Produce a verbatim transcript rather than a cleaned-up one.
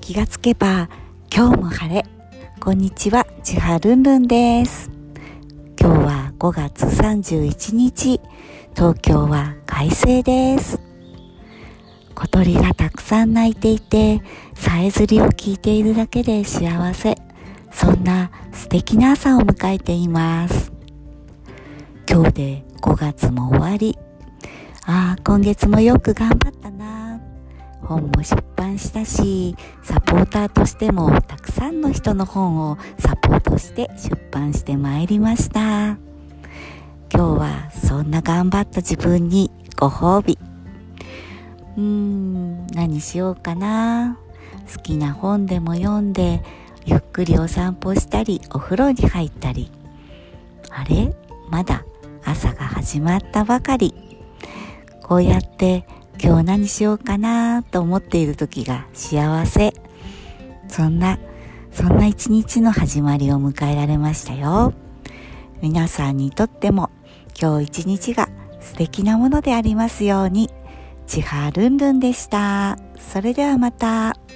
気がつけば今日も晴れ。こんにちは、ちはるんるんです。今日はごがつさんじゅういちにち、東京は快晴です。小鳥がたくさん鳴いていて、さえずりを聞いているだけで幸せ。そんな素敵な朝を迎えています。今日でごがつも終わり。ああ、今月もよく頑張ったな。本も出版したし、サポーターとしてもたくさんの人の本をサポートして出版してまいりました。今日はそんな頑張った自分にご褒美。うーん、何しようかな。好きな本でも読んで、ゆっくりお散歩したり、お風呂に入ったり。あれ？まだ朝が始まったばかり。こうやって今日何しようかなと思っている時が幸せ。そんな、そんな一日の始まりを迎えられましたよ。皆さんにとっても今日一日が素敵なものでありますように。ちはるんるんでした。それではまた。